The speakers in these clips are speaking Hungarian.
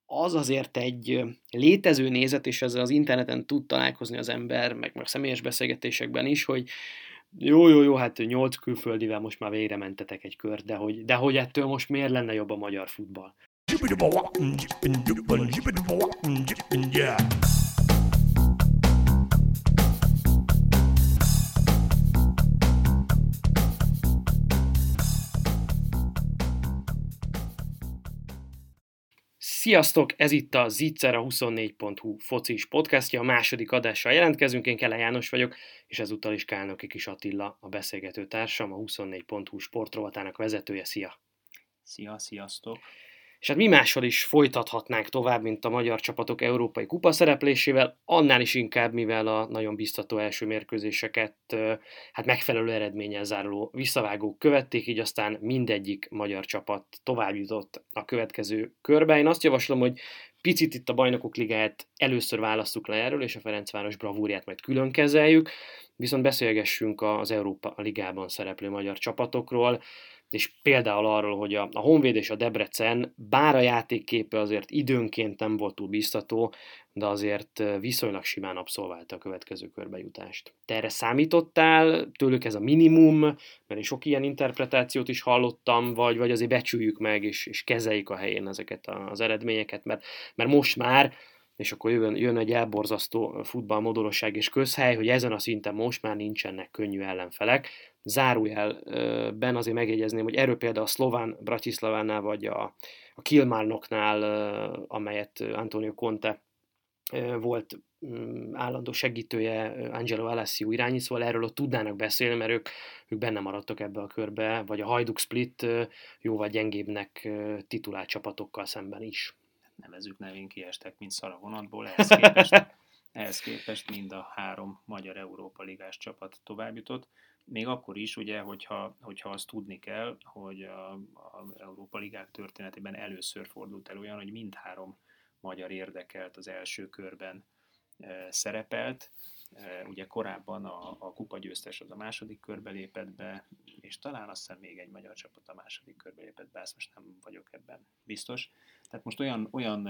az azért egy létező nézet, és ezzel az interneten tud találkozni az ember, meg személyes beszélgetésekben is, hogy jó, hát 8 külföldivel most már végre mentetek egy kört, de hogy ettől most miért lenne jobb a magyar futball? Sziasztok! Ez itt a Zicser, a 24.hu focis podcastja, a második adással jelentkezünk, én Kele János vagyok, és ezúttal is Kálnoki Kis Attila, a beszélgető társam, a 24.hu sportrovatának vezetője. Szia! Sziasztok! És hát mi máshol is folytathatnánk tovább, mint a magyar csapatok európai kupa szereplésével, annál is inkább, mivel a nagyon biztató első mérkőzéseket hát megfelelő eredménnyel záruló visszavágók követték, így aztán mindegyik magyar csapat tovább jutott a következő körbe. Én azt javaslom, hogy picit itt a Bajnokok Ligáját először válasszuk le erről, és a Ferencváros bravúrját majd külön kezeljük, viszont beszélgessünk az Európa Ligában szereplő magyar csapatokról, és például arról, hogy a Honvéd és a Debrecen, bár a játékképe azért időnként nem volt túl biztató, de azért viszonylag simán abszolválta a következő körbejutást. Te erre számítottál? Tőlük ez a minimum? Mert én sok ilyen interpretációt is hallottam, vagy azért becsüljük meg, és kezeljük a helyén ezeket az eredményeket, mert most már, és akkor jön egy elborzasztó futballmodorosság és közhely, hogy ezen a szinten most már nincsenek könnyű ellenfelek. Zárójelben azért megjegyezném, hogy erről például a szlován Bratislavánál, vagy a Kilmarnocknál, amelyet Antonio Conte volt állandó segítője, Angelo Alessio irányít, szóval erről ott tudnának beszélni, mert ők benne maradtak ebbe a körbe, vagy a Hajduk Split jóval gyengébbnek titulált csapatokkal szemben is. Nevezzük nevén kiestek, mint szar a vonatból, ehhez képest mind a három magyar Európa Ligás csapat továbbjutott. Még akkor is, ugye, hogyha azt tudni kell, hogy a Európa Ligák történetében először fordult el olyan, hogy mindhárom magyar érdekelt az első körben szerepelt. Ugye korábban a kupagyőztes az a második körbe lépett be, és talán azt hiszem még egy magyar csapat a második körbe lépett be, ezt most nem vagyok ebben biztos. Tehát most olyan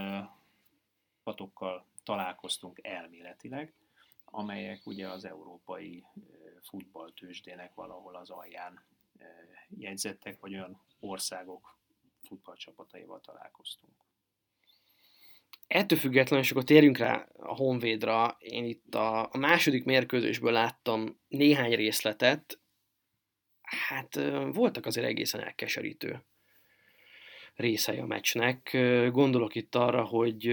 csapatokkal találkoztunk elméletileg, amelyek ugye az európai futballtőzsdének valahol az alján jegyzettek, vagy olyan országok futballcsapataival találkoztunk. Ettől függetlenül, és akkor térjünk rá a Honvédra, én itt a második mérkőzésből láttam néhány részletet, hát voltak azért egészen elkeserítő részei a meccsnek. Gondolok itt arra, hogy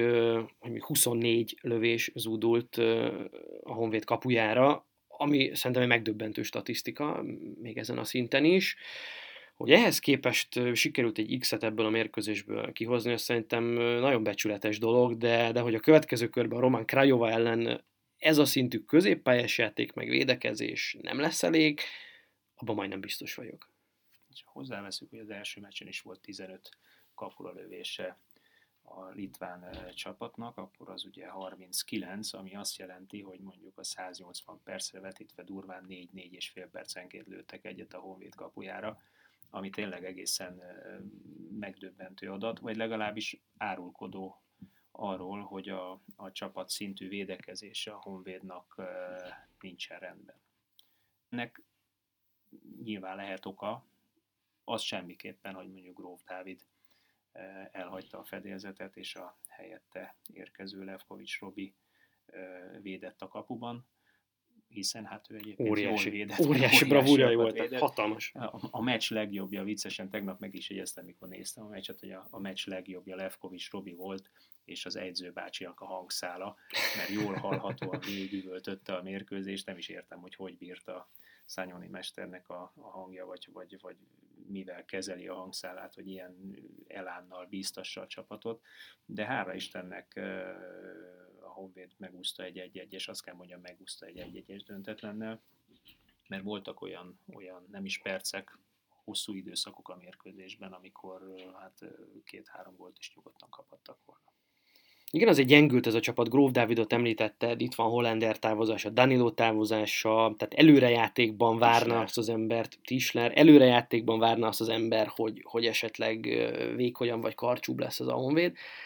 24 lövés zúdult a Honvéd kapujára, ami szerintem egy megdöbbentő statisztika, még ezen a szinten is. Hogy ehhez képest sikerült egy X-et ebből a mérkőzésből kihozni, az szerintem nagyon becsületes dolog, de hogy a következő körben a Roman Craiova ellen ez a szintű középpályás játék meg védekezés nem lesz elég, abban majdnem biztos vagyok. És hozzáveszünk, hogy az első meccsen is volt 15 kapura lövése a litván csapatnak, akkor az ugye 39, ami azt jelenti, hogy mondjuk a 180 percre vetítve durván 4-4,5 percenként lőttek egyet a Honvéd kapujára, ami tényleg egészen megdöbbentő adat, vagy legalábbis árulkodó arról, hogy a csapat szintű védekezése a Honvédnak nincsen rendben. Ennek nyilván lehet oka, az semmiképpen, hogy mondjuk Gróf Dávid elhagyta a fedélzetet, és a helyette érkező Levkovics Robi védett a kapuban, hiszen hát ő egyébként óriási, jól védett. Óriási bravúrjai volt, hatalmas. A meccs legjobbja, viccesen tegnap meg is jegyeztem, mikor néztem a meccset, hogy a meccs legjobbja Levkovics Robi volt, és az edzőbácsinak a hangszála, mert jól hallhatóan végigüvöltötte a mérkőzést, nem is értem, hogy bírta Szányoni mesternek a hangja, vagy mivel kezeli a hangszálát, hogy ilyen elánnal bíztassa a csapatot, de hála Istennek a Honvéd megúszta egy 1-1-es, azt kell mondjam, megúszta egy 1-1-es döntetlennel, mert voltak olyan nem is percek, hosszú időszakok a mérkőzésben, amikor hát 2-3 gólt is nyugodtan kaphattak volna. Igen, azért gyengült ez a csapat, Gróf Dávidot említetted, itt van Hollander távozása, Danilo távozása, tehát előrejátékban várna azt az embert, Tischler, előrejátékban várna azt az ember, hogy esetleg vékonyan vagy karcsúbb lesz az a Honvéd.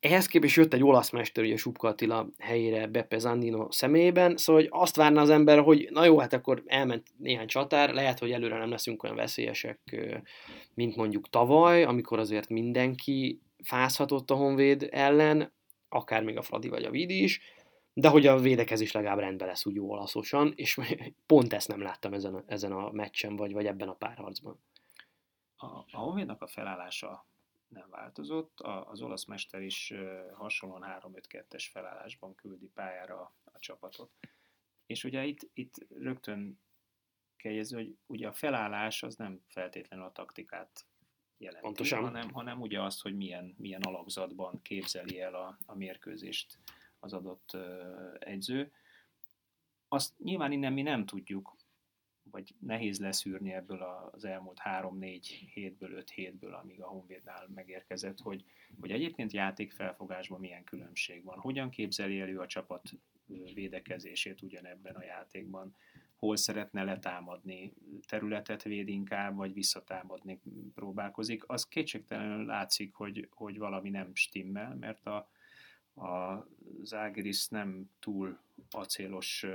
Ehhez képest jött egy olasz mester, ugye Subka Attila helyére Beppe Zandino személyében, szóval hogy azt várna az ember, hogy na jó, hát akkor elment néhány csatár, lehet, hogy előre nem leszünk olyan veszélyesek, mint mondjuk tavaly, amikor azért mindenki fázhatott a Honvéd ellen, akár még a Fradi vagy a Vidi is, de hogy a védekezés legalább rendben lesz úgy jó olaszosan, és pont ezt nem láttam ezen a meccsen, vagy ebben a párharcban. A Honvédnak a felállása nem változott, az olasz mester is hasonlóan 3-5-2-es felállásban küldi pályára a csapatot. És ugye itt rögtön kell jegyezni, hogy ugye a felállás az nem feltétlenül a taktikát jelenti, hanem ugye azt, hogy milyen alapzatban képzeli el a mérkőzést az adott edző. Azt nyilván innen mi nem tudjuk, vagy nehéz leszűrni ebből az elmúlt 3-4 hétből, 5 hétből, amíg a Honvédnál megérkezett, hogy egyébként játékfelfogásban milyen különbség van. Hogyan képzeli elő a csapat védekezését ugyanebben a játékban, hol szeretne letámadni, területet véd inkább, vagy visszatámadni próbálkozik. Az kétségtelenül látszik, hogy valami nem stimmel, mert a Žalgiris nem túl acélos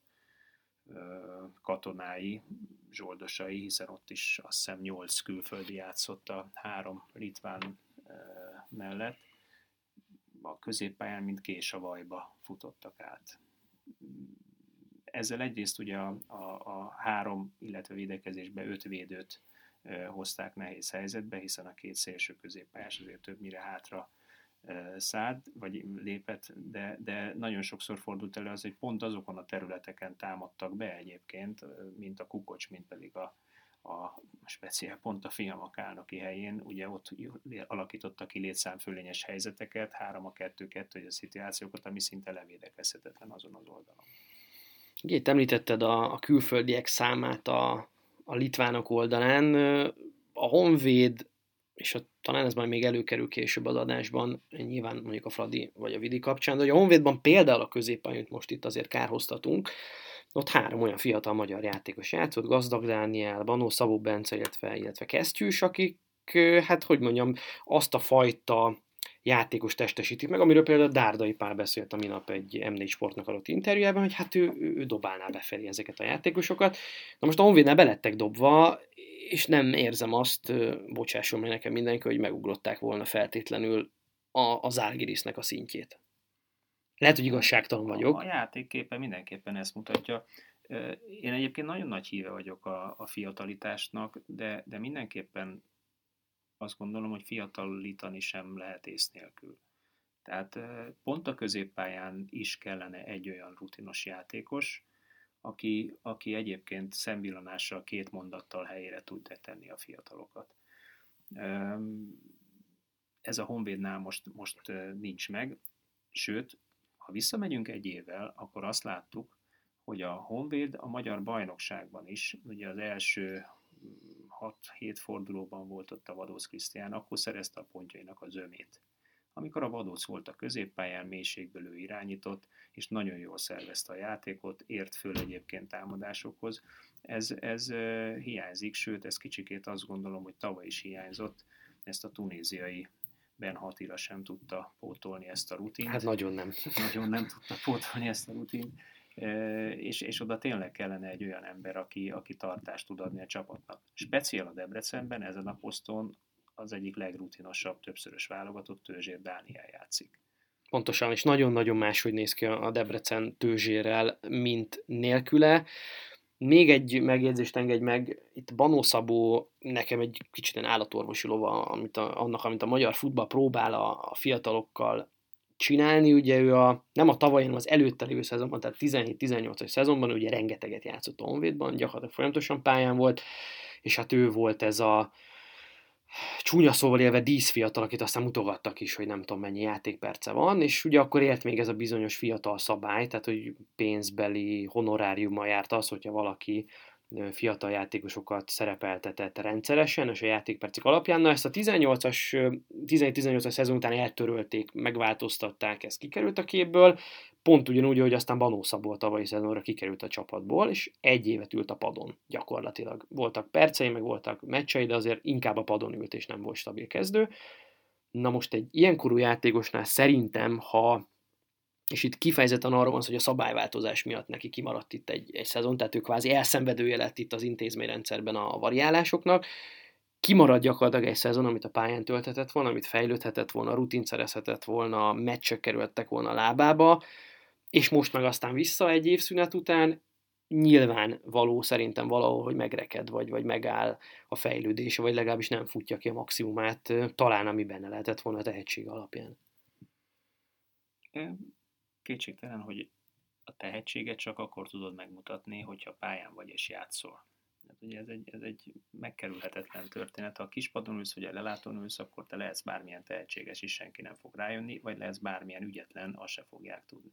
katonái, zsoldosai, hiszen ott is azt hiszem 8 külföldi játszott a 3 litván mellett. A középpályán mint kés a vajba futottak át. Ezzel egyrészt ugye a 3, illetve védekezésbe 5 védőt hozták nehéz helyzetbe, hiszen a 2 szélső középpályás azért többnyire hátra szállt, vagy lépett, de nagyon sokszor fordult elő az, hogy pont azokon a területeken támadtak be egyébként, mint a Kukocs, mint pedig a speciál pont a Fiamak Álnoki helyén, ugye ott alakítottak ki létszámfölényes helyzeteket, 3-2-2 szituációkat, ami szinte levédekezhetetlen azon az oldalon. Itt említetted a külföldiek számát a litvánok oldalán. A Honvéd, és talán ez majd még előkerül később az adásban, nyilván mondjuk a Fradi vagy a Vidi kapcsán, de hogy a Honvédban például a középpályán, most itt azért kárhoztatunk, ott 3 olyan fiatal magyar játékos játszott, Gazdag Dániel, Banó Szabó Bence, illetve Kesztyűs, akik, hát hogy mondjam, azt a fajta játékos testesítik meg, amiről például Dárdai Pál beszélt a minap egy M4 Sportnak adott interjújában, hogy hát ő dobálná befelé ezeket a játékosokat. Na most a Honvédnál belettek dobva, és nem érzem azt, bocsásson meg nekem mindenki, hogy megugrották volna feltétlenül a Žalgirisnek a szintjét. Lehet, hogy igazságtalan vagyok. A játékképe mindenképpen ezt mutatja. Én egyébként nagyon nagy híve vagyok a fiatalitásnak, de mindenképpen azt gondolom, hogy fiatalítani sem lehet ész nélkül. Tehát pont a középpályán is kellene egy olyan rutinos játékos, aki egyébként szemvillanással 2 mondattal helyére tudja tenni a fiatalokat. Ez a Honvédnál most nincs meg, sőt, ha visszamegyünk egy évvel, akkor azt láttuk, hogy a Honvéd a magyar bajnokságban is, ugye az első 6-7 fordulóban volt ott a Vadósz Krisztián, akkor szerezte a pontjainak a zömét. Amikor a Vadóc volt a középpályán, mélységből ő irányított, és nagyon jól szervezte a játékot, ért föl egyébként támadásokhoz. Ez hiányzik, sőt, ez kicsikét azt gondolom, hogy tavaly is hiányzott, ezt a tunéziai Ben Hatira sem tudta pótolni ezt a rutint. Hát nagyon nem. Nagyon nem tudta pótolni ezt a rutint. És oda tényleg kellene egy olyan ember, aki tartást tud adni a csapatnak. Speciál a Debrecenben ezen a poszton az egyik legrutinosabb többszörös válogatott Tőzsér Dániel játszik. Pontosan, és nagyon-nagyon máshogy néz ki a Debrecen Tőzsérrel, mint nélküle. Még egy megjegyzést engedj meg, itt Banó Szabó nekem egy kicsit ilyen állatorvosi lova, amit a magyar futball próbál a fiatalokkal csinálni, ugye ő nem a tavaly, hanem az előtte lévő szezonban, tehát 17-18-as szezonban ugye rengeteget játszott a Honvédban, gyakorlatilag folyamatosan pályán volt, és hát ő volt ez a csúnya szóval élve díszfiatal, akit aztán mutogattak is, hogy nem tudom mennyi játékperce van, és ugye akkor élt még ez a bizonyos fiatal szabály, tehát hogy pénzbeli honoráriummal járt az, hogyha valaki fiatal játékosokat szerepeltetett rendszeresen, és a játékpercek alapján. Na ezt a 17-18-as szezon után eltörölték, megváltoztatták, ez kikerült a képből, pont ugyanúgy, hogy aztán Banó Szabó a tavalyi szezonra kikerült a csapatból, és 1 évet ült a padon gyakorlatilag. Voltak percei, meg voltak meccsei, de azért inkább a padon ült, és nem volt stabil kezdő. Na most egy ilyenkorú játékosnál szerintem, és itt kifejezetten arról van szó, hogy a szabályváltozás miatt neki kimaradt itt egy szezon, tehát ő kvázi elszenvedője lett itt az intézményrendszerben a variálásoknak, kimarad gyakorlatilag egy szezon, amit a pályán tölthetett volna, amit fejlődhetett volna, rutint szerezhetett volna, meccsek kerültek volna a lábába, és most meg aztán vissza egy évszünet után, nyilván való szerintem valahol, hogy megreked, vagy megáll a fejlődése, vagy legalábbis nem futja ki a maximumát, talán ami benne lehetett volna a tehetség alapján. Kétségtelen, hogy a tehetséget csak akkor tudod megmutatni, hogyha pályán vagy és játszol. Hát ugye ez egy megkerülhetetlen történet. Ha a kispadon ülsz, vagy a lelátón ülsz, akkor te lehetsz bármilyen tehetséges is, senki nem fog rájönni, vagy lehetsz bármilyen ügyetlen, azt se fogják tudni.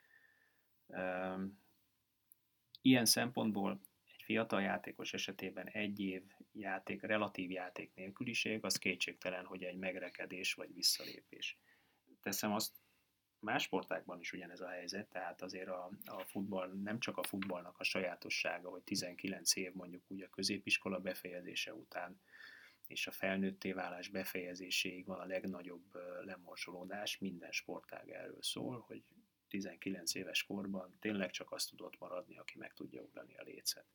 Ilyen szempontból egy fiatal játékos esetében egy év relatív játék nélküliség, az kétségtelen, hogy egy megrekedés vagy visszalépés. Teszem azt, más sportákban is ugyanez a helyzet, tehát azért a futball nem csak a futballnak a sajátossága, hogy 19 év mondjuk úgy a középiskola befejezése után és a felnőtté válás befejezéséig van a legnagyobb lemorzsolódás, minden sportág erről szól, hogy 19 éves korban tényleg csak azt tudott maradni, aki meg tudja ugrani a lécet.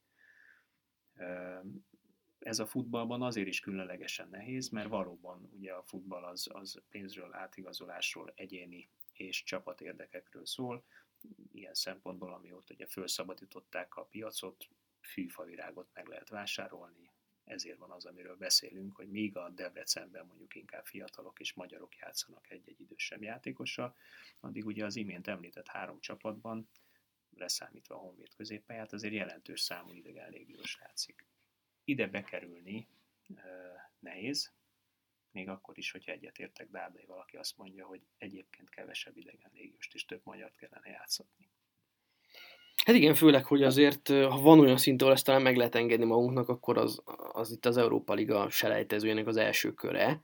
Ez a futballban azért is különlegesen nehéz, mert valóban ugye a futball az pénzről, átigazolásról, egyéni és csapatérdekekről szól. Ilyen szempontból, amióta ugye felszabadították a piacot, fűfavirágot meg lehet vásárolni, ezért van az, amiről beszélünk, hogy míg a Debrecenben mondjuk inkább fiatalok és magyarok játszanak egy-egy idősebb játékossal, addig ugye az imént említett 3 csapatban, leszámítva a Honvéd középpályát, azért jelentős számú idegen légiós játszik. Ide bekerülni nehéz, még akkor is, hogyha egyetértek Dárdai, valaki azt mondja, hogy egyébként kevesebb idegen légióst és több magyart kellene játszatni. Hát igen, főleg, hogy azért, ha van olyan szint, ahol ezt talán meg lehet engedni magunknak, akkor az itt az Európa Liga selejtezőjének az első köre.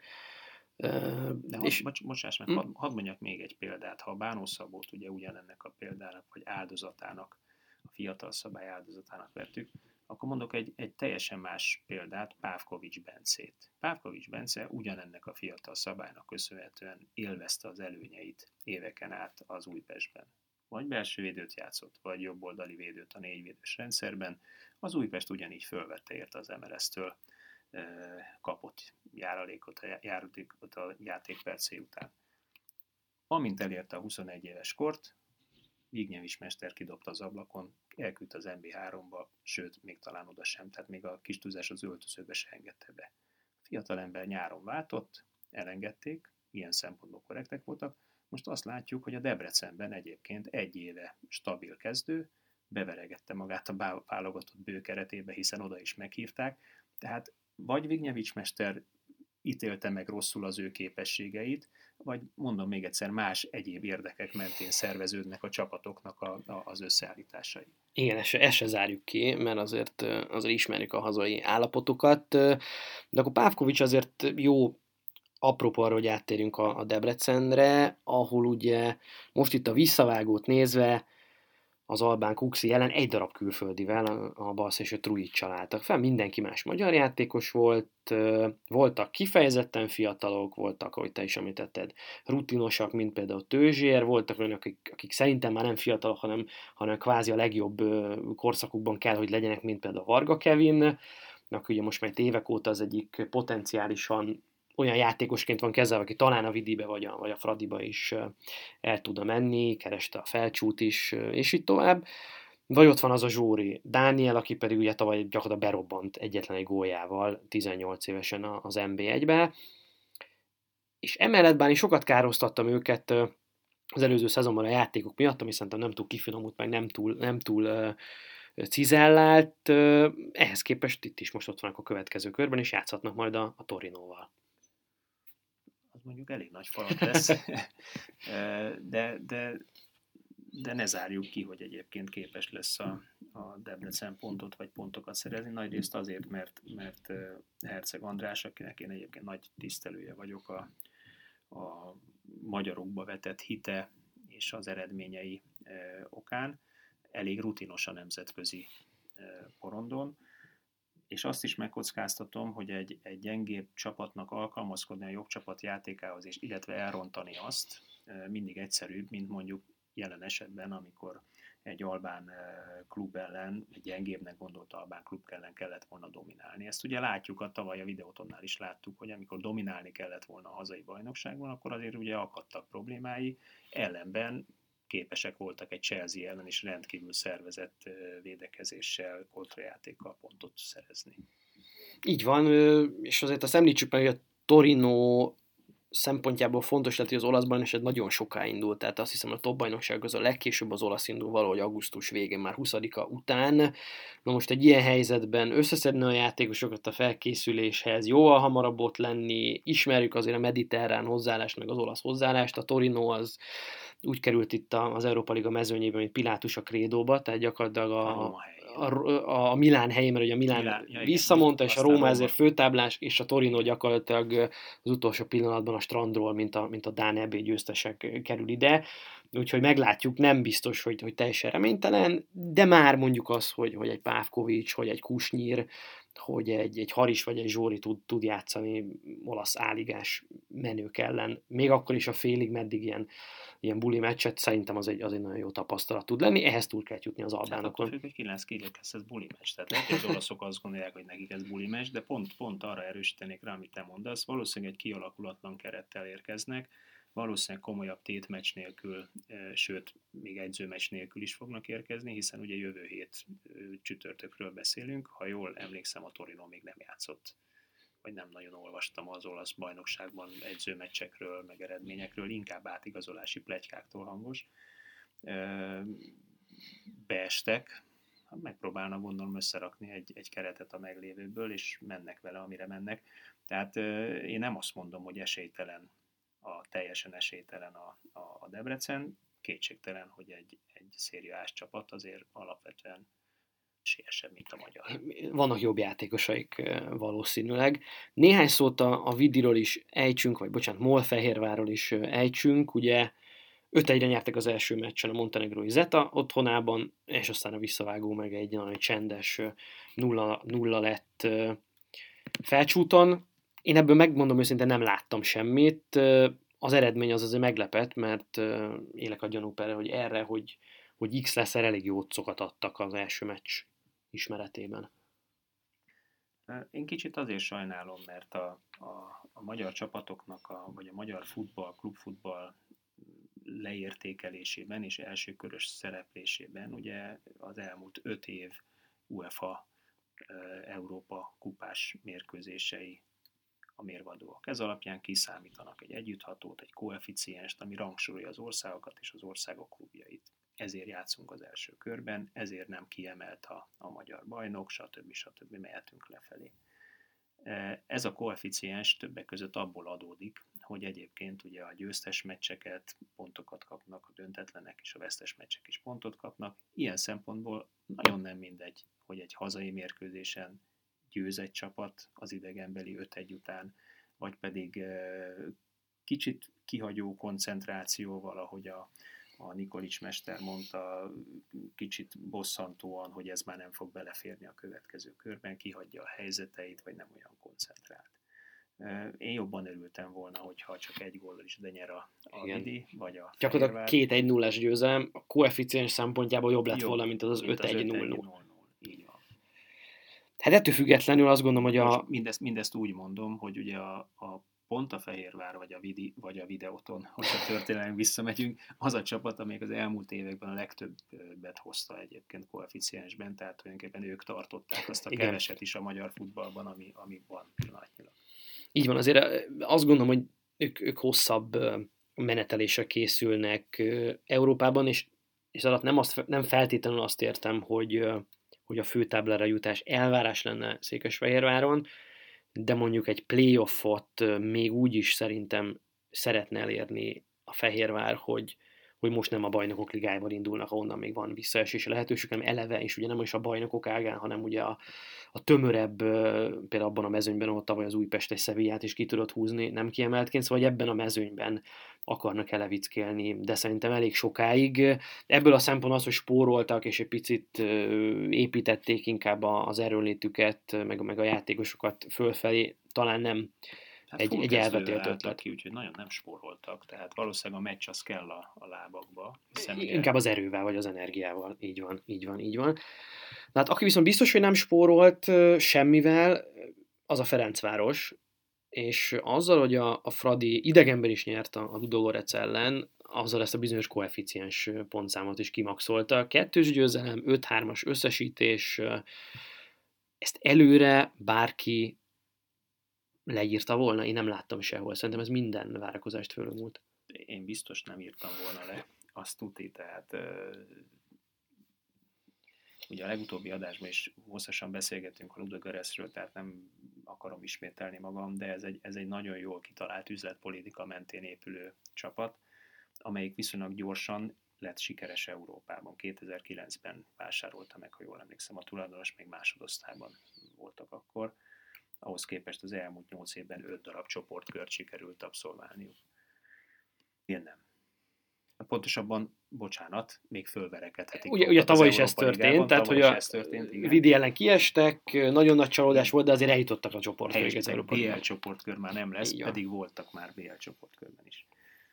De bocsáss meg, hadd mondjak még egy példát. Ha a Bánó Szabót ugye ugyanennek a példának, vagy áldozatának, a fiatal szabály áldozatának vettük, akkor mondok egy teljesen más példát, Pávkovics Bencét. Pávkovics Bence ugyanennek a fiatal szabálynak köszönhetően élvezte az előnyeit éveken át az Újpestben. Vagy belső védőt játszott, vagy jobboldali védőt a 4 védős rendszerben. Az Újpest ugyanígy fölvette érte az MLS-től kapott járulékot a játékpercé után. Amint elérte a 21 éves kort, Vignyevics mester kidobta az ablakon, elküldte az MB3-ba, sőt, még talán oda sem, tehát még a kis tüzes az öltözőbe se engedte be. A fiatalember nyáron váltott, elengedték, ilyen szempontból korrektek voltak, most azt látjuk, hogy a Debrecenben egyébként egy éve stabil kezdő, beveregette magát a válogatott bő keretébe, hiszen oda is meghívták, tehát vagy Vignyevics mester ítélte meg rosszul az ő képességeit, vagy mondom még egyszer, más egyéb érdekek mentén szerveződnek a csapatoknak az összeállításai. Igen, ezt se zárjuk ki, mert azért ismerjük a hazai állapotokat, de akkor Pávkovics azért jó apropó arra, hogy áttérjünk a Debrecenre, ahol ugye most itt a visszavágót nézve az Albán Kuxi ellen egy darab külföldivel, a balszélső Trujic-sal álltak fel, mindenki más magyar játékos volt, voltak kifejezetten fiatalok, voltak, ahogy te is említetted, rutinosak, mint például Tőzsér, voltak olyanok, akik szerintem már nem fiatalok, hanem kvázi a legjobb korszakukban kell, hogy legyenek, mint például Varga Kevin, aki ugye most már évek óta az egyik potenciálisan olyan játékosként van kezelve, aki talán a Vidibe vagy a Fradiba is el tudna menni, kereste a Felcsút is, és így tovább. Vagy ott van az a Zsóri Dániel, aki pedig ugye tavaly gyakorlatilag berobbant egyetlen egy góljával 18 évesen az NB1-be. És emellett bár én sokat károztattam őket az előző szezonban a játékok miatt, ami szerintem nem túl kifinomult, meg nem túl cizellált, ehhez képest itt is most ott vannak a következő körben, és játszhatnak majd a Torinóval. Az mondjuk elég nagy falat lesz, de ne zárjuk ki, hogy egyébként képes lesz a Debrecen pontot vagy pontokat szerezni. Nagyrészt azért, mert Herceg András, akinek én egyébként nagy tisztelője vagyok, a magyarokba vetett hite és az eredményei okán elég rutinos a nemzetközi porondon. és azt is megkockáztatom, hogy egy gyengébb csapatnak alkalmazkodni a jobb csapat játékához, és illetve elrontani azt mindig egyszerűbb, mint mondjuk jelen esetben, amikor egy albán klub ellen, egy gyengébbnek gondolt albán klub ellen kellett volna dominálni. Ezt ugye látjuk, tavaly a Videótonnál is láttuk, hogy amikor dominálni kellett volna a hazai bajnokságban, akkor azért ugye akadtak problémái, ellenben képesek voltak egy Chelsea ellen is rendkívül szervezett védekezéssel, kontrajátékkal pontot szerezni. Így van, és azért azt említsük meg, hogy a Torino szempontjából fontos lett, hogy az olasz bajnokság nagyon soká indult, tehát azt hiszem a top bajnokság közül a legkésőbb az olasz indul valahogy augusztus végén, már 20-a után. Na most egy ilyen helyzetben összeszedni a játékosokat a felkészüléshez, jóval hamarabb ott lenni, ismerjük azért a mediterrán hozzáállást, meg az olasz hozzáállást, a Torino az úgy került itt az Európa Liga mezőnyében, mint Pilátus a Krédóba, tehát gyakorlatilag a Milán helyén, mert ugye a Milán visszamondta, és a Róma ezért főtáblás, és a Torino gyakorlatilag az utolsó pillanatban a strandról, mint a Dán EB győztesek kerül ide. Úgyhogy meglátjuk, nem biztos, hogy teljesen reménytelen, de már mondjuk az, hogy egy Pávkovics, hogy egy Kusnyír, hogy egy Haris vagy egy Zsóri tud játszani olasz áligás menők ellen. Még akkor is a félig meddig ilyen buli meccset, szerintem az egy nagyon jó tapasztalat tud lenni, ehhez túl kell jutni az albánokon. Hát, hogy 9 lesz ez buli meccs. Tehát lehet, hogy az olaszok azt gondolják, hogy nekik ez buli meccs, de pont arra erősítenék rá, amit te mondasz. Valószínűleg egy kialakulatlan kerettel érkeznek, valószínűleg komolyabb tétmeccs nélkül, sőt, még edzőmeccs nélkül is fognak érkezni, hiszen ugye jövő hét csütörtökről beszélünk. Ha jól emlékszem, a Torino még nem játszott, vagy nem nagyon olvastam az olasz bajnokságban edzőmeccsekről, meg eredményekről, inkább átigazolási pletykáktól hangos. Beestek, megpróbálnak gondolom összerakni egy keretet a meglévőből, és mennek vele, amire mennek. Tehát én nem azt mondom, hogy teljesen esélytelen a Debrecen, kétségtelen, hogy egy szériás csapat azért alapvetően esélyesebb, mint a magyar. Vannak jobb játékosaik valószínűleg. Néhány szót a Vidiről is ejtsünk, vagy bocsánat, Molfehérvárról is ejtsünk. Ugye 5-1-re nyertek az első meccsen a montenegrói Zeta otthonában, és aztán a visszavágó meg egy nagyon csendes 0 lett Felcsúton. Én ebből megmondom őszintén nem láttam semmit. Az eredmény az azért meglepett, mert élek a gyanúperre, hogy X lesz, elég jó otcokat adtak az első meccs ismeretében. Én kicsit azért sajnálom, mert a magyar csapatoknak, vagy a magyar futball, klubfutball leértékelésében és elsőkörös szereplésében ugye az elmúlt 5 év UEFA Európa kupás mérkőzései a mérvadóak. Ez alapján kiszámítanak egy együtthatót, egy koeficienst, ami rangsorolja az országokat és az országok klubjait. Ezért játszunk az első körben, ezért nem kiemelt a magyar bajnok, stb. Mehetünk lefelé. Ez a koeficiens többek között abból adódik, hogy egyébként ugye a győztes meccseket pontokat kapnak, a döntetlenek és a vesztes meccsek is pontot kapnak. Ilyen szempontból nagyon nem mindegy, hogy egy hazai mérkőzésen győz egy csapat az idegenbeli 5-1 után, vagy pedig kicsit kihagyó koncentrációval, ahogy a Nikolics mester mondta, kicsit bosszantóan, hogy ez már nem fog beleférni a következő körben, kihagyja a helyzeteit, vagy nem olyan koncentrált. Én jobban örültem volna, hogyha csak egy góllal is de nyer a Vidi, vagy a Gyakorlatilag 2-1-0-es győzelem, a koeficiens szempontjából jobb lett volna, mint az 5-1-0-0. Így van. Hát ettől függetlenül azt gondolom, hogy Mindezt úgy mondom, hogy ugye pont a Fehérvár, vagy a Videóton, hogyha történelem visszamegyünk, az a csapat, amelyik az elmúlt években a legtöbbet hozta egyébként koeficiensben, tehát tulajdonképpen ők tartották azt a keveset is a magyar futballban, ami van pillanatnyilag. Így van, azért azt gondolom, hogy ők hosszabb menetelésre készülnek Európában, és alatt nem feltétlenül azt értem, hogy a főtáblára jutás elvárás lenne Székesfehérváron, de mondjuk egy playoffot még úgy is szerintem szeretne elérni a Fehérvár, hogy most nem a bajnokok ligájában indulnak, ahonnan még van visszaesési lehetőség, hanem eleve is, ugye nem is a bajnokok ágán, hanem ugye a tömörebb, például abban a mezőnyben, ahol tavaly az Újpest és Sevillát is ki tudott húzni, nem kiemeltként, szóval ebben a mezőnyben akarnak elevickélni, de szerintem elég sokáig. Ebből a szempontból az, hogy spóroltak, és egy picit építették inkább az erőnlétüket, meg a játékosokat fölfelé, talán nem Hát egy elvetélt álltak ötlet. ki, úgyhogy nagyon nem spóroltak, tehát valószínűleg a meccs az kell a lábakba. Hiszen ugye... Inkább az erővel, vagy az energiával. Így van, így van, így van. Na hát aki viszont biztos, hogy nem spórolt semmivel, az a Ferencváros, és azzal, hogy a Fradi idegenben is nyert a Ludogorec ellen, azzal ezt a bizonyos koeficiens pontszámot is kimaxolta. 2-s győzelem, 5-3-as összesítés, ezt előre bárki leírta volna? Én nem láttam sehol. Szerintem ez minden várakozást fölülmúlt. Én biztos nem írtam volna le, azt tuti, tehát ugye a legutóbbi adásban is hosszasan beszélgettünk a Ludogoreszről, tehát nem akarom ismételni magam, de ez egy nagyon jól kitalált üzletpolitika mentén épülő csapat, amelyik viszonylag gyorsan lett sikeres Európában. 2009-ben vásárolta meg, ha jól emlékszem, a tulajdonos még másodosztályban voltak akkor. Ahhoz képest az elmúlt 8 évben 5 darab csoportkört sikerült abszolválniuk. Én nem. Pontosabban, bocsánat, még fölverekedhetik. Ugye tavaly is ez történt, tehát hogy a Vidi ellen kiestek, nagyon nagy csalódás volt, de azért eljutottak a csoportkörbe. Az Európai BL csoportkör már nem lesz, pedig voltak már BL csoportkörben is.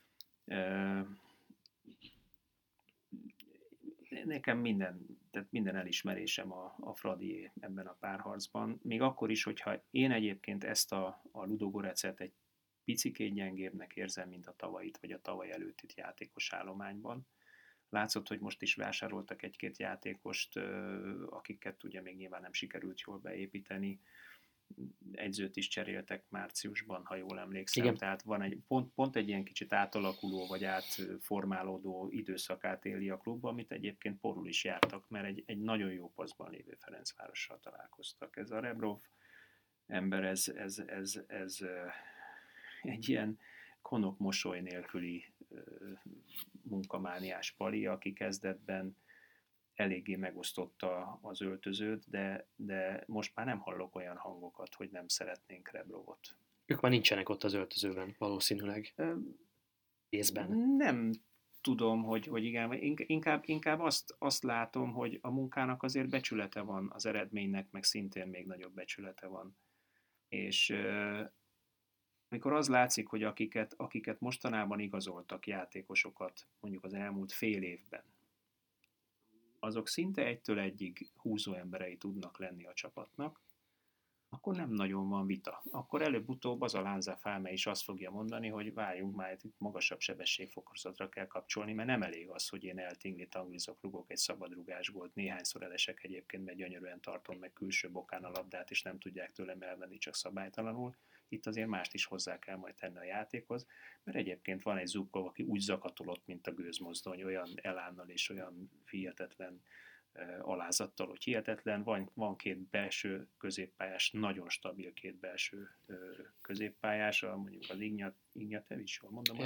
Nekem minden elismerésem a Fradi ebben a párharcban. Még akkor is, hogyha én egyébként ezt a Ludogorecet egy picikét gyengébbnek érzem, mint a tavait, vagy a tavaly előtti játékos állományban. Látszott, hogy most is vásároltak egy-két játékost, akiket ugye még nyilván nem sikerült jól beépíteni. Egyzőt is cseréltek márciusban, ha jól emlékszem. Igen. Tehát van pont egy ilyen kicsit átalakuló, vagy átformálódó időszakát éli a klubban, amit egyébként porul is jártak, mert egy nagyon jó paszban lévő Ferencvárossal találkoztak. Ez a Rebrov ember, ez egy ilyen konok mosoly nélküli munkamániás pali, aki kezdetben eléggé megosztotta az öltözőt, de most már nem hallok olyan hangokat, hogy nem szeretnénk Rebrovot. Ők már nincsenek ott az öltözőben, valószínűleg. Részben. Nem tudom, hogy igen, inkább azt látom, hogy a munkának azért becsülete van, az eredménynek meg szintén még nagyobb becsülete van. És amikor az látszik, hogy akiket mostanában igazoltak játékosokat, mondjuk az elmúlt fél évben, azok szinte egytől egyig húzó emberei tudnak lenni a csapatnak, akkor nem nagyon van vita. Akkor előbb-utóbb az a Lánza Fálme is azt fogja mondani, hogy várjunk már, itt magasabb sebességfokozatra kell kapcsolni, mert nem elég az, hogy én eltingli-tanglizok, rugok egy szabadrugás gólt, néhányszor elesek egyébként, mert gyönyörűen tartom meg külső bokán a labdát, és nem tudják tőlem elvenni csak szabálytalanul. Itt azért mást is hozzá kell majd tenni a játékhoz, mert egyébként van egy Zubkov, aki úgy zakatolott, mint a gőzmozdony, olyan elánnal és olyan hihetetlen alázattal, hogy hihetetlen. Van két belső középpályás, nagyon stabil két belső középpályás, mondjuk az Ignatevics, jól mondom?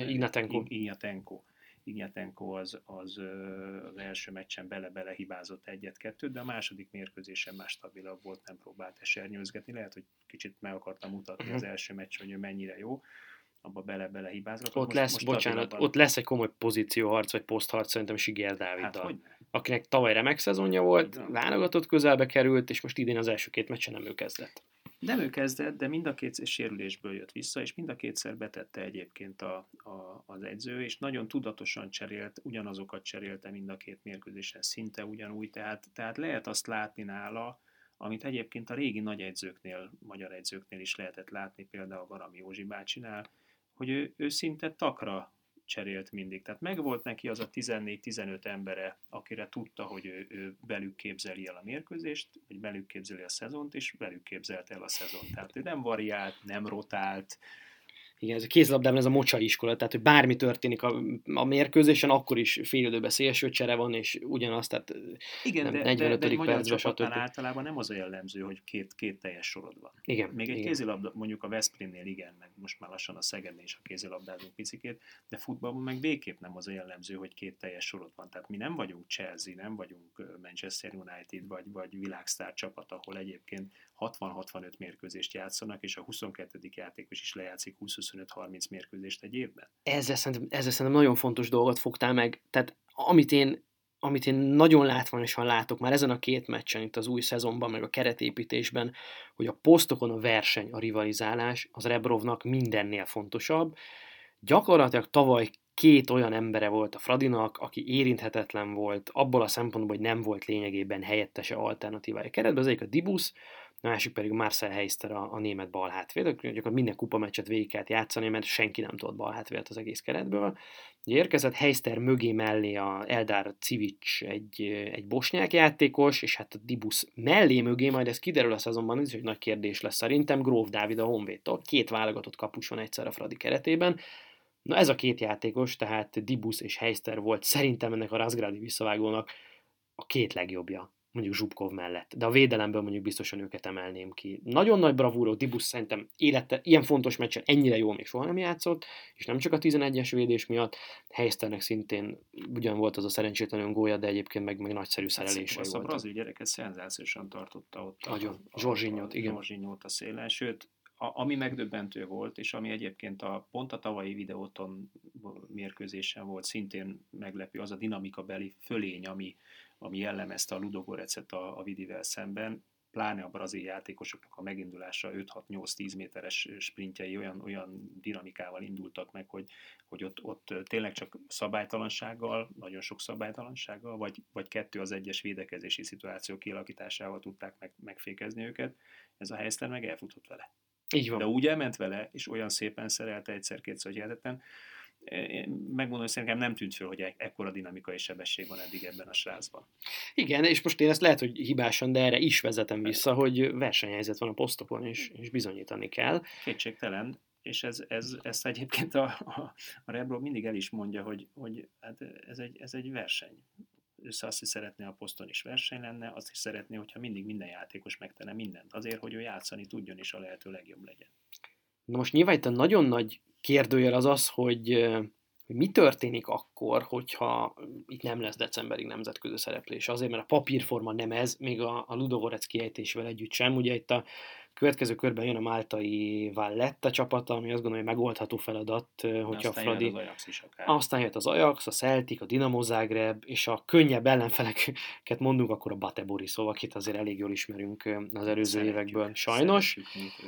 Ignatenko az első meccsen bele-bele hibázott egyet-kettőt, de a második mérkőzésen már stabilabb volt, nem próbált esernyőzgetni. Lehet, hogy kicsit meg akartam mutatni az első meccs, hogy ő mennyire jó, abba bele-bele hibázgat. Ott lesz egy komoly pozícióharc, vagy posztharc szerintem Siger Dáviddal, akinek tavaly remek szezonja volt, válogatott közelbe került, és most idén az első két meccsen nem ő kezdett. Nem ő kezdett, de mind a két sérülésből jött vissza, és mind a kétszer betette egyébként az edző, és nagyon tudatosan ugyanazokat cserélte mind a két mérkőzésen, szinte ugyanúgy, tehát lehet azt látni nála, amit egyébként a régi nagy edzőknél, magyar edzőknél is lehetett látni, például Garami Józsi bácsinál, hogy ő szinte takra cserélt mindig. Tehát megvolt neki az a 14-15 embere, akire tudta, hogy ő velük képzeli el a mérkőzést, vagy velük képzeli a szezont, és velük képzelte el a szezont. Tehát ő nem variált, nem rotált. Igen, ez a kézilabdában ez a mocsai iskola, tehát hogy bármi történik a mérkőzésen, akkor is fél időben szélsőcsere van, és ugyanazt, tehát igen, de egy magyar csapatnál általában nem az a jellemző, hogy két teljes sorod van. Igen, még egy igen. Kézilabda, mondjuk a Veszprémnél igen, meg most már lassan a Szegednél is a kézilabdázunk picikét, de futballban meg végképp nem az a jellemző, hogy két teljes sorod van. Tehát mi nem vagyunk Chelsea, nem vagyunk Manchester United, vagy világsztár csapat, ahol egyébként 60-65 mérkőzést játszanak, és a 22. játékos is lejátszik 20 25-30 mérkőzést egy évben. Ezzel szerintem nagyon fontos dolgot fogtál meg. Tehát amit én nagyon látványosan látok már ezen a két meccsen, itt az új szezonban, meg a keretépítésben, hogy a posztokon a verseny, a rivalizálás az Rebrovnak mindennél fontosabb. Gyakorlatilag tavaly két olyan embere volt a Fradinak, aki érinthetetlen volt, abból a szempontból, hogy nem volt lényegében helyettese alternatívája keretben. Az egyik a Dibus, a másik pedig Marcel Heister, a német balhátvéd. Gyakorlatilag minden kupameccset végig kellett játszani, mert senki nem tudott balhátvédet az egész keretből. Ugye érkezett Heister mögé mellé a Eldar Civic, egy bosnyák játékos, és hát a Dibus mellé mögé, majd ez kiderül a szezonban, ez is egy nagy kérdés lesz szerintem, Gróf Dávid a Honvédtól. Két válogatott kapus van egyszer a Fradi keretében. Na ez a két játékos, tehát Dibus és Heister volt szerintem ennek a Razgradi visszavágónak a két legjobbja, mondjuk Zsubkov mellett. De a védelemből mondjuk biztosan őket emelném ki. Nagyon nagy bravúró, Dibus szerintem élete, ilyen fontos meccsen ennyire jól még soha nem játszott, és nem csak a 11-es védés miatt, Heisternek szintén ugyan volt az a szerencsétlen öngólya, de egyébként meg nagyszerű szerelései volt. voltak. A brazil gyereket szenzációsan tartotta ott Zsorzsinyót a szélen, sőt, ami megdöbbentő volt, és ami egyébként pont a tavalyi videóton mérkőzésen volt szintén meglepő, az a dinamikabeli fölény, ami jellemezte a Ludogorecet a Vidivel szemben, pláne a brazil játékosoknak a megindulása 5-6-8-10 méteres sprintjei olyan dinamikával indultak meg, hogy ott tényleg csak szabálytalansággal, nagyon sok szabálytalansággal, vagy 2-1 védekezési szituáció kialakításával tudták megfékezni őket. Ez a Heister meg elfutott vele. Így van. De úgy elment vele, és olyan szépen szerelte egyszer-kétszer, hogy hihetetlen. Megmondom, hogy szerintem nem tűnt föl, hogy ekkora dinamikai sebesség van eddig ebben a srácban. Igen, és most én ezt lehet, hogy hibásan, de erre is vezetem vissza, hogy versenyhelyzet van a posztokon, és bizonyítani kell. Kétségtelen, és ezt egyébként a Rebrov mindig el is mondja, hogy hát ez egy verseny. Ő azt is szeretné, a poszton is verseny lenne, azt is szeretné, hogyha mindig minden játékos megtenne mindent azért, hogy ő játszani tudjon, és a lehető legjobb legyen. Na most nyilván itt a nagyon nagy kérdőjel az, hogy mi történik akkor, hogyha itt nem lesz decemberig nemzetközi szereplés. Azért, mert a papírforma nem ez, még a Ludogorec kiejtésével együtt sem. Ugye itt a következő körben jön a máltai Valletta csapata, ami azt gondolom, hogy megoldható feladat, hogyha a Fradi... Aztán jött az Ajax, a Celtic, a Dinamo Zagreb, és a könnyebb ellenfeleket mondunk, akkor a Bate Borisov, akit azért elég jól ismerünk az előző évekből, sajnos.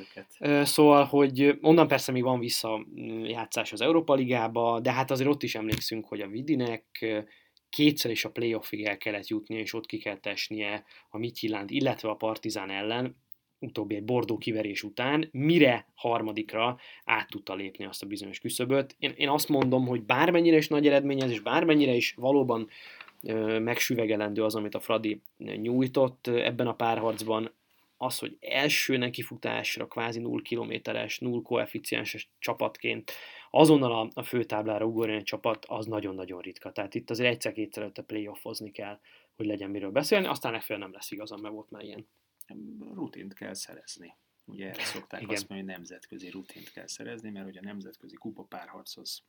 Szóval, hogy onnan persze még van visszajátszás az Európa Ligába, de hát azért ott is emlékszünk, hogy a Vidinek kétszer is a playoffig el kellett jutnia, és ott ki kellett esnie a Midtjylland, illetve a Partizán ellen, utóbbi egy Bordeaux kiverés után, mire harmadikra át tudta lépni azt a bizonyos küszöböt. Én azt mondom, hogy bármennyire is nagy eredmény ez, és bármennyire is valóban megsüvegelendő az, amit a Fradi nyújtott ebben a párharcban, az, hogy első nekifutásra kvázi 0 kilométeres, 0 koeficienses csapatként azonnal a főtáblára ugorni egy csapat, az nagyon-nagyon ritka. Tehát itt azért egyszer-kétszer előtte playoffozni kell, hogy legyen miről beszélni, aztán legfeljebb nem lesz igazam, mert volt már ilyen. Rutint kell szerezni. Ugye erre szokták azt mondani, hogy nemzetközi rutint kell szerezni, mert ugye a nemzetközi kupa párharchoz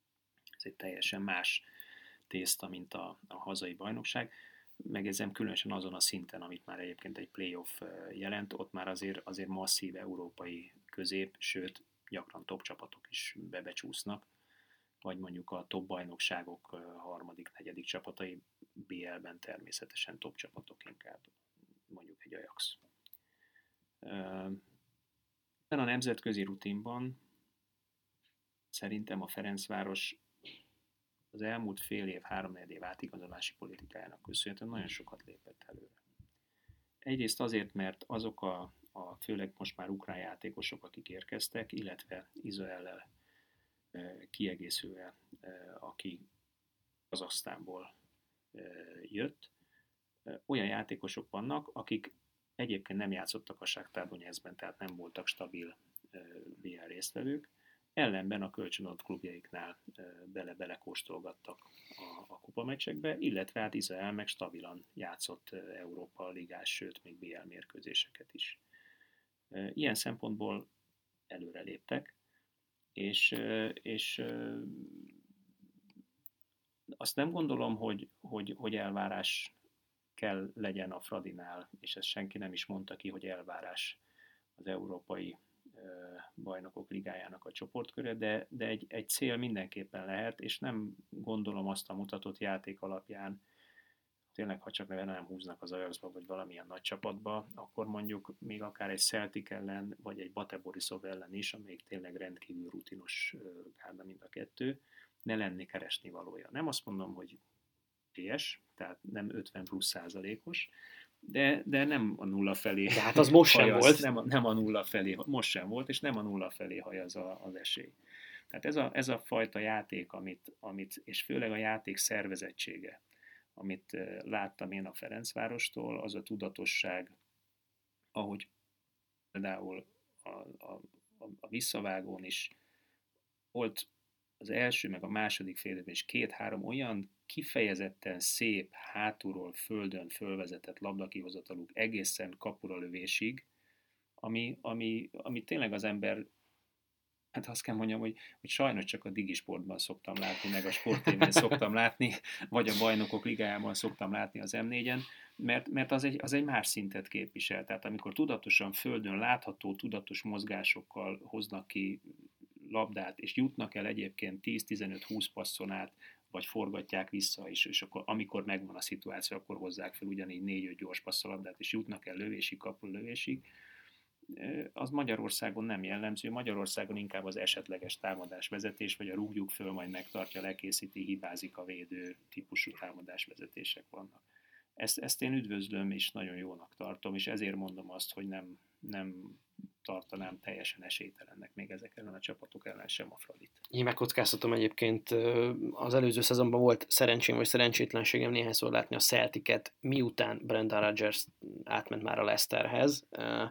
ez egy teljesen más tészta, mint a hazai bajnokság. Megjegyzem, különösen azon a szinten, amit már egyébként egy playoff jelent, ott már azért masszív európai közép, sőt, gyakran top csapatok is bebecsúsznak, vagy mondjuk a top bajnokságok harmadik, negyedik csapatai, BL-ben természetesen top csapatok inkább, mondjuk egy Ajax. Ebben a nemzetközi rutinban szerintem a Ferencváros az elmúlt fél év, 3-4 év átigazolási politikájának köszönhetően nagyon sokat lépett előre. Egyrészt azért, mert azok a főleg most már ukrán játékosok, akik érkeztek, illetve Izraellel kiegészülve, aki Kazahsztánból jött, olyan játékosok vannak, akik egyébként nem játszottak a Shakhtar Donetskben, tehát nem voltak stabil BL résztvevők, ellenben a kölcsönadott klubjaiknál bele-bele kóstolgattak a kupameccsekbe, illetve hát Izrael meg stabilan játszott Európa ligás, sőt még BL mérkőzéseket is. Ilyen szempontból előre léptek, és azt nem gondolom, hogy elvárás kell legyen a Fradinál, és ezt senki nem is mondta ki, hogy elvárás az európai bajnokok ligájának a csoportköre, de egy cél mindenképpen lehet, és nem gondolom azt a mutatott játék alapján, tényleg, ha csak nem húznak az Ajaxba, vagy valamilyen nagy csapatba, akkor mondjuk még akár egy Celtic ellen, vagy egy Bate Borisov ellen is, amelyik tényleg rendkívül rutinos gárda mind a kettő, ne lenni keresni valója. Nem azt mondom, hogy PS, tehát nem 50 plusz százalékos, de nem a nulla felé. De hát az most sem volt. Nem a nulla felé, most sem volt, és nem a nulla felé hajaz az esély. Tehát ez a fajta játék, amit, és főleg a játék szervezettsége, amit láttam én a Ferencvárostól, az a tudatosság, ahogy például a visszavágón is volt az első, meg a második fél évben is 2-3 olyan kifejezetten szép, hátulról földön fölvezetett labdakihozataluk egészen kapura lövésig, ami tényleg az ember, hát azt kell mondjam, hogy sajnos csak a Digisportban szoktam látni, meg a Sport TV-ben szoktam látni, vagy a Bajnokok Ligájában szoktam látni az M4-en, mert az egy más szintet képvisel. Tehát amikor tudatosan földön látható, tudatos mozgásokkal hoznak ki labdát, és jutnak el egyébként 10-15-20 passzon át, vagy forgatják vissza, és akkor amikor megvan a szituáció, akkor hozzák fel ugyanígy 4-5 gyors passzalabdát, és jutnak el lövésig, kapulövésig. Az Magyarországon nem jellemző, Magyarországon inkább az esetleges támadásvezetés, vagy a rúgjuk föl, majd megtartja, lekészíti, hibázik a védő típusú támadásvezetések vannak. Ezt én üdvözlöm, és nagyon jónak tartom, és ezért mondom azt, hogy nem tartanám teljesen esélytelennek még ezek ellen a csapatok ellen sem a Fradit. Én megkockáztatom egyébként, az előző szezonban volt szerencsém vagy szerencsétlenségem néhányszor látni a Celticet, miután Brendan Rodgers átment már a Leicesterhez.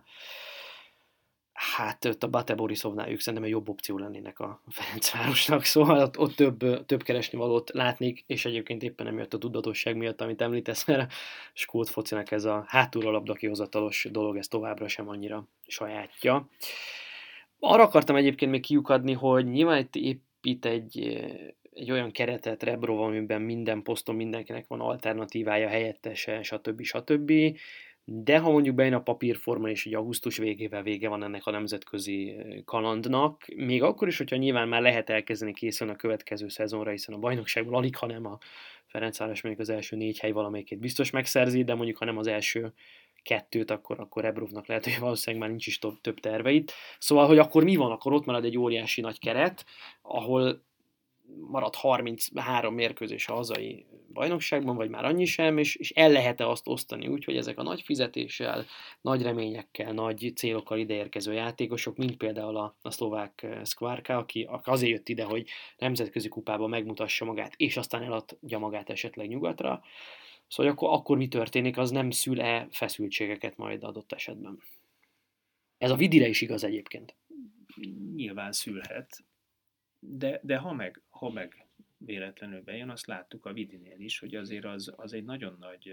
Hát ott a Bate Borisovnál ők szerintem egy jobb opció lennének a Ferencvárosnak, szóval ott több keresni valót látnék, és egyébként éppen emiatt a tudatosság miatt, amit említesz, mert a skót focinak ez a hátulról labdakihozatalos dolog, ez továbbra sem annyira sajátja. Arra akartam egyébként még kiukadni, hogy nyilván itt épít egy olyan keretet Rebrov, amiben minden poszton mindenkinek van alternatívája, helyettese, stb. De ha mondjuk bejön a papírforma, és ugye augusztus végével vége van ennek a nemzetközi kalandnak, még akkor is, hogyha nyilván már lehet elkezdeni készülni a következő szezonra, hiszen a bajnokságból alig, ha nem a Ferencváros mondjuk az első 4 hely valamelyikét biztos megszerzi, de mondjuk ha nem az első 2, akkor Rebrovnak lehet, hogy valószínűleg már nincs is több terveit. Szóval, hogy akkor mi van? Akkor ott marad egy óriási nagy keret, ahol marad 33 mérkőzés a hazai bajnokságban, vagy már annyi sem, és el lehet-e azt osztani úgy, hogy ezek a nagy fizetéssel, nagy reményekkel, nagy célokkal ideérkező játékosok, mint például a szlovák Skvarka, aki azért jött ide, hogy nemzetközi kupában megmutassa magát, és aztán eladja magát esetleg nyugatra. Szóval akkor mi történik, az nem szül-e feszültségeket majd adott esetben. Ez a Vidire is igaz egyébként. Nyilván szülhet, de ha meg véletlenül bejön, azt láttuk a Vidinél is, hogy azért az egy nagyon nagy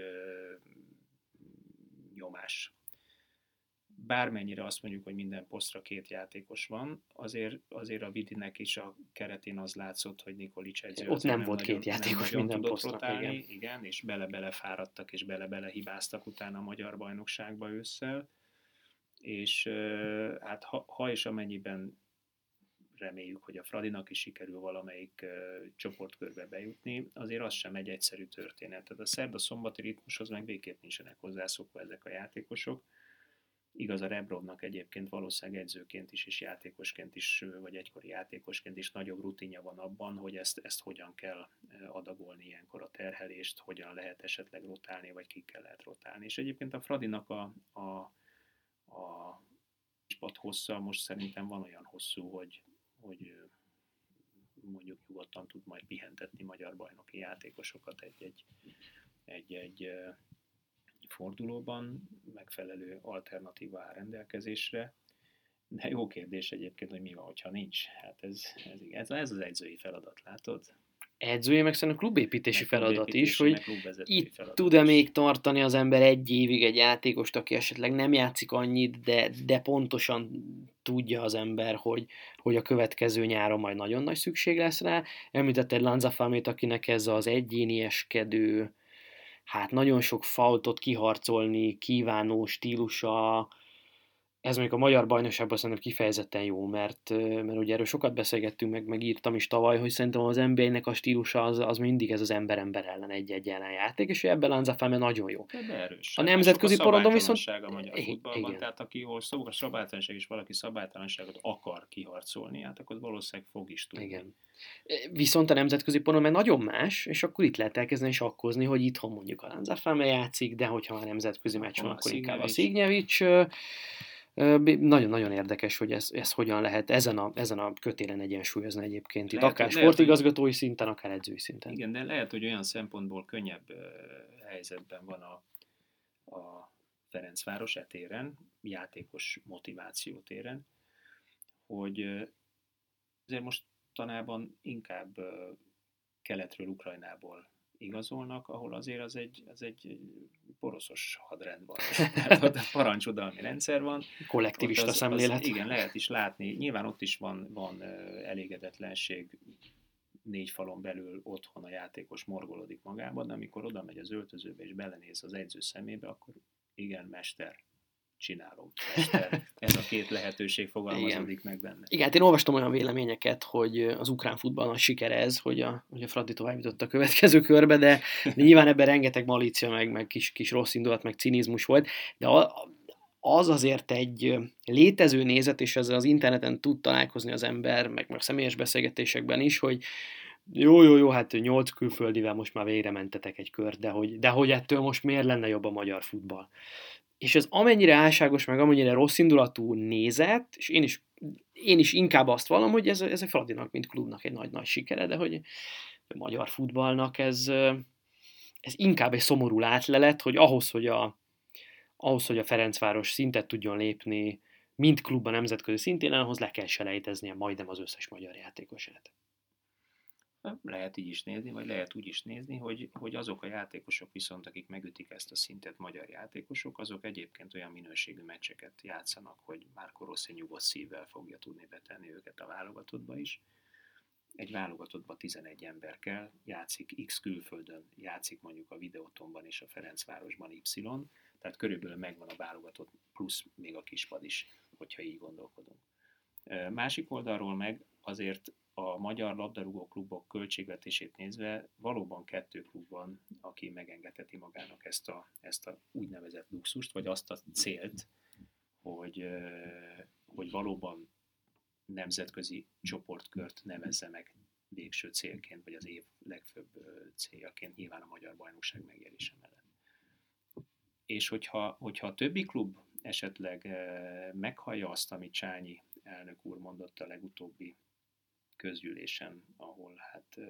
nyomás. Bármennyire azt mondjuk, hogy minden posztra 2 játékos van, azért a Vidinek is a keretén az látszott, hogy Nikolic edző ott nem volt 2 játékos minden posztra. Igen, és bele-bele fáradtak, és bele-bele hibáztak utána a magyar bajnokságba ősszel, és hát ha és amennyiben reméljük, hogy a Fradinak is sikerül valamelyik csoportkörbe bejutni, azért az sem egy egyszerű történet. Tehát a szerda-szombati ritmushoz meg végképp nincsenek hozzászokva ezek a játékosok. Igaz, a Rebrovnak egyébként valószínűleg edzőként is, és játékosként is, vagy egykori játékosként is nagyobb rutinja van abban, hogy ezt hogyan kell adagolni ilyenkor a terhelést, hogyan lehet esetleg rotálni, vagy kikkel lehet rotálni. És egyébként a Fradinak a csapat hossza most szerintem van olyan hosszú, hogy mondjuk nyugodtan tud majd pihentetni magyar bajnoki játékosokat egy fordulóban, megfelelő alternatíva áll rendelkezésre. De jó kérdés egyébként, hogy mi van, hogyha nincs. Hát ez az edzői feladat, látod? Edzője, meg szerintem klubépítési feladat is, hogy itt tud-e még tartani az ember 1 évig egy játékost, aki esetleg nem játszik annyit, de pontosan tudja az ember, hogy a következő nyáron majd nagyon nagy szükség lesz rá. Említetted Lanzafamét, akinek ez az egyénieskedő, hát nagyon sok faultot kiharcolni kívánó stílusa, Ez mondjuk a magyar bajnokságban szerintem kifejezetten jó, mert ugye erről sokat beszélgettünk, meg írtam is tavaly, hogy szerintem az NBA-nek a stílusa az mindig ez az ember-ember ellen egy-egy ellen játék, és ebben Lanza nagyon jó. De erős. A nemzetközi porondon viszont... a magyar futballban, igen. tehát aki hol szó a szabálytalanság, és valaki szabálytalanságot akar kiharcolni, hát akkor valószínűleg fog is tudni. Igen. Viszont a nemzetközi porondon meg nagyon más, és akkor itt lehet elkezdeni sakkozni, hogy itthon mondjuk a Lanza játszik, de hogyha a nemzetközi meccs van, akkor inkább a Szignevics. Nagyon-nagyon érdekes, hogy ez hogyan lehet ezen a kötélen egyensúlyozni egyébként. Itt akár sportigazgatói szinten, akár edzői szinten. Igen, de lehet, hogy olyan szempontból könnyebb helyzetben van a Ferencváros téren, játékos motiváció téren, hogy azért mostanában inkább keletről, Ukrajnából igazolnak, ahol azért az egy poroszos hadrend van. Tehát ott a parancsodalmi rendszer van. Kollektivista szemlélet. Igen, lehet is látni. Nyilván ott is van elégedetlenség, 4 falon belül otthon a játékos morgolódik magában, de amikor oda megy az öltözőbe és belenéz az edző szemébe, akkor igen, mester, csinálom. Ez a 2 lehetőség fogalmazódik meg benne. Igen, hát én olvastam olyan véleményeket, hogy az ukrán futball nagy sikere ez, hogy a Fradi tovább jutott a következő körbe, de nyilván ebben rengeteg malícia, meg kis rossz indulat, meg cinizmus volt, de az azért egy létező nézet, és ezzel az interneten tud találkozni az ember, meg személyes beszélgetésekben is, hogy jó, hát 8 külföldivel most már végre mentetek egy kört, de hogy ettől most miért lenne jobb a magyar futball? És ez amennyire álságos, meg amennyire rossz indulatú nézet, és én is inkább azt vallom, hogy ez a Fradinak, mint klubnak egy nagy-nagy sikere, de hogy a magyar futballnak ez inkább egy szomorú látlelet, hogy ahhoz, hogy a Ferencváros szintet tudjon lépni, mint klub a nemzetközi szintén, ahhoz le kell selejteznie majdnem az összes magyar játékosát. Lehet így is nézni, vagy lehet úgy is nézni, hogy azok a játékosok viszont, akik megütik ezt a szintet, magyar játékosok, azok egyébként olyan minőségű meccseket játszanak, hogy Marco Rossi nyugodt szívvel fogja tudni betenni őket a válogatottba is. Egy válogatottba 11 ember kell, játszik X külföldön, játszik mondjuk a Videótonban és a Ferencvárosban Y, tehát körülbelül megvan a válogatott, plusz még a kispad is, hogyha így gondolkodunk. Másik oldalról meg azért a magyar labdarúgó klubok költségvetését nézve valóban 2 klub van, aki megengedheti magának ezt a úgynevezett luxust, vagy azt a célt, hogy valóban nemzetközi csoportkört nevezze meg végső célként, vagy az év legfőbb céljaként, nyilván a magyar bajnokság megnyerése mellett. És hogyha a többi klub esetleg meghallja azt, amit Csányi elnök úr mondott a legutóbbi közgyűlésen, ahol hát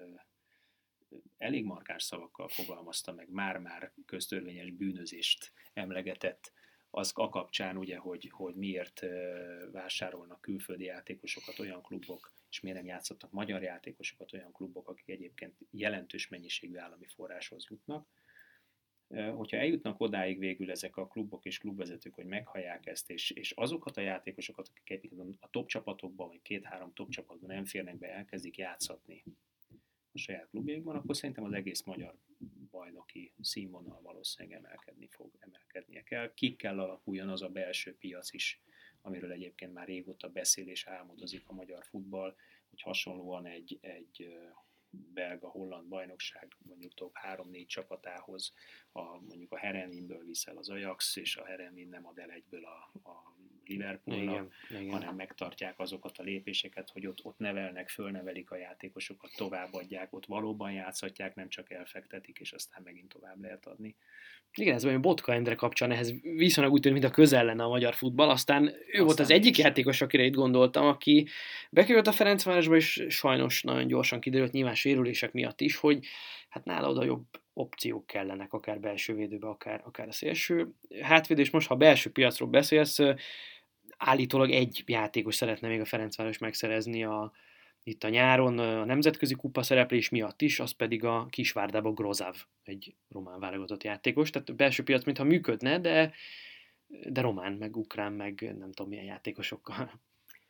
elég markáns szavakkal fogalmazta meg, már köztörvényes bűnözést emlegetett, az a kapcsán ugye, hogy miért vásárolnak külföldi játékosokat olyan klubok, és miért nem játszottak magyar játékosokat olyan klubok, akik egyébként jelentős mennyiségű állami forráshoz jutnak. Hogyha eljutnak odáig végül ezek a klubok és klubvezetők, hogy meghallják ezt, és azokat a játékosokat, akik a top csapatokban, vagy 2-3 top csapatban nem férnek be, elkezdik játszatni a saját klubjaikban, akkor szerintem az egész magyar bajnoki színvonal valószínűleg emelkednie kell. Ki kell alakuljon az a belső piac is, amiről egyébként már régóta beszél és álmodozik a magyar futball, hogy hasonlóan egy belga-holland bajnokság mondjuk top 3-4 csapatához, mondjuk a Herenveenből viszel az Ajax, és a Herenveen nem ad el egyből a Liverpoolnak, hanem megtartják azokat a lépéseket, hogy ott nevelnek, fölnevelik a játékosokat, továbbadják, ott valóban játszhatják, nem csak elfektetik, és aztán megint tovább lehet adni. Igen, ez olyan Botka Endre kapcsán, ehhez viszonylag úgy tűnik, mint a közel lenne a magyar futball, aztán ő volt az egyik játékos, akire itt gondoltam, aki bekerült a Ferencvárosba, és sajnos nagyon gyorsan kiderült, nyilván sérülések miatt is, hogy hát nála oda jobb opciók kellenek, akár belső védőbe, akár a szélső hátvédő, és most, ha a belső piacról beszélsz, állítólag egy játékos szeretne még a Ferencváros megszerezni itt a nyáron a nemzetközi kupa szereplés miatt is, az pedig a Kisvárdába Grozav, egy román válogatott játékos, tehát a belső piac mintha működne, de román, meg ukrán, meg nem tudom milyen játékosokkal.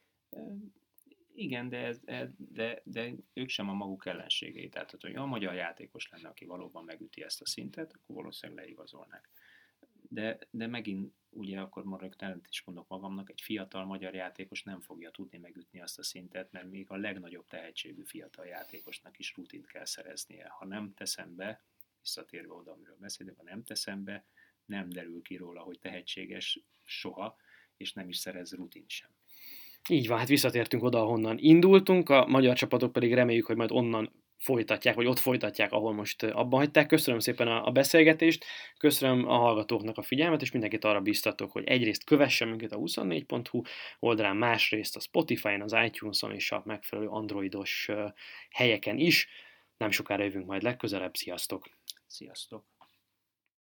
Igen, de ők sem a maguk ellenségei. Tehát, hogy olyan magyar játékos lenne, aki valóban megüti ezt a szintet, akkor valószínűleg leigazolnák. De megint ugye akkor rögtön is mondok magamnak, egy fiatal magyar játékos nem fogja tudni megütni azt a szintet, mert még a legnagyobb tehetségű fiatal játékosnak is rutint kell szereznie. Ha nem teszem be, visszatérve oda, amiről beszélünk, ha nem teszem be, nem derül ki róla, hogy tehetséges soha, és nem is szerez rutint sem. Így van, hát visszatértünk oda, ahonnan indultunk, a magyar csapatok pedig reméljük, hogy majd onnan folytatják, vagy ott folytatják, ahol most abban hagyták. Köszönöm szépen a beszélgetést, köszönöm a hallgatóknak a figyelmet, és mindenkit arra biztatok, hogy egyrészt kövessen minket a 24.hu oldalán, másrészt a Spotify-on, az iTunes-on és a megfelelő androidos helyeken is. Nem sokára jövünk majd legközelebb, sziasztok! Sziasztok!